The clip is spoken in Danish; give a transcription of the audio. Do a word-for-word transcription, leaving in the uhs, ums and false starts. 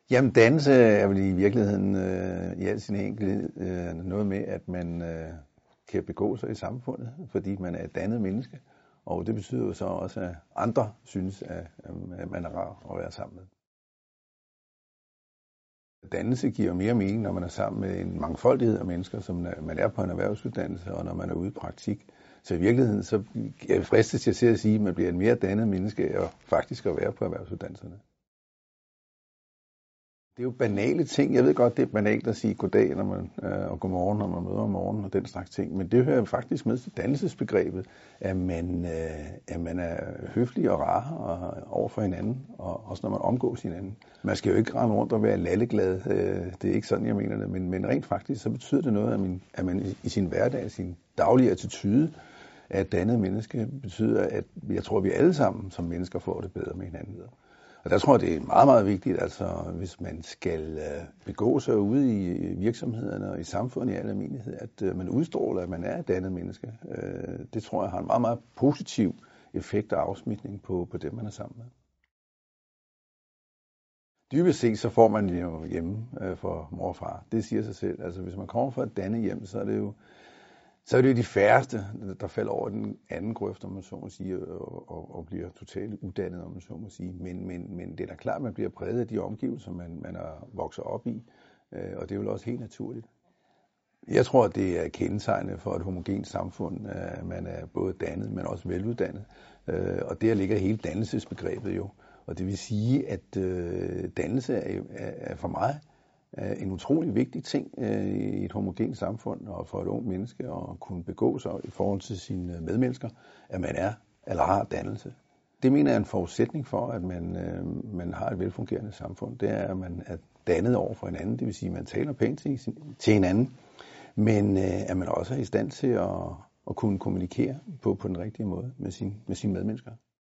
Jamen, dannelse er vel i virkeligheden øh, i al sin enkelhed øh, noget med, at man øh, kan begå sig i samfundet, fordi man er et dannet menneske. Og det betyder jo så også, at andre synes, at, at man er rar at være sammen med. Dannelse giver mere mening, når man er sammen med en mangfoldighed af mennesker, som man er på en erhvervsuddannelse, og når man er ude i praktik. Så i virkeligheden så er jeg fristet til at sige, at man bliver et mere dannet menneske, og faktisk at være på erhvervsuddannelserne. Det er jo banale ting. Jeg ved godt, det er banalt at sige goddag når man, øh, og godmorgen, når man møder om morgenen og den slags ting. Men det hører faktisk med til dannelsesbegrebet, at man, øh, at man er høflig og rar og, over for hinanden, og også når man omgås hinanden. Man skal jo ikke rende rundt og være lalleglad. Øh, det er ikke sådan, jeg mener det. Men, men rent faktisk, så betyder det noget, at man, at man i sin hverdag, sin daglige attitude af et dannet menneske, betyder, at jeg tror, at vi alle sammen som mennesker får det bedre med hinanden. Og der tror jeg, det er meget, meget vigtigt, altså hvis man skal begå sig ude i virksomhederne og i samfundet i al almindelighed, at man udstråler, at man er et dannet menneske. Det tror jeg har en meget, meget positiv effekt og afsmitning på, på dem, man er sammen med. Dybest set så får man jo hjemme for mor og far. Det siger sig selv. Altså hvis man kommer fra et dannet hjem, så er det jo så er det jo de færreste, der falder over den anden grøft, om man så må sige, og, og, og bliver totalt uddannet, om man så må sige. Men, men, men det er da klart, at man bliver præget af de omgivelser, man, man er vokset op i, og det er jo også helt naturligt. Jeg tror, at det er kendetegnende for et homogent samfund, at man er både dannet, men også veluddannet. Og der ligger hele dannelsesbegrebet jo. Og det vil sige, at dannelse er for mig en utrolig vigtig ting i et homogent samfund og for et ung menneske at kunne begå sig i forhold til sine medmennesker, at man er eller har dannelse. Det mener jeg er en forudsætning for, at man, man har et velfungerende samfund. Det er, at man er dannet over for hinanden, det vil sige, at man taler pænt til, til hinanden, men at man også er i stand til at, at kunne kommunikere på, på den rigtige måde med, sin, med sine medmennesker.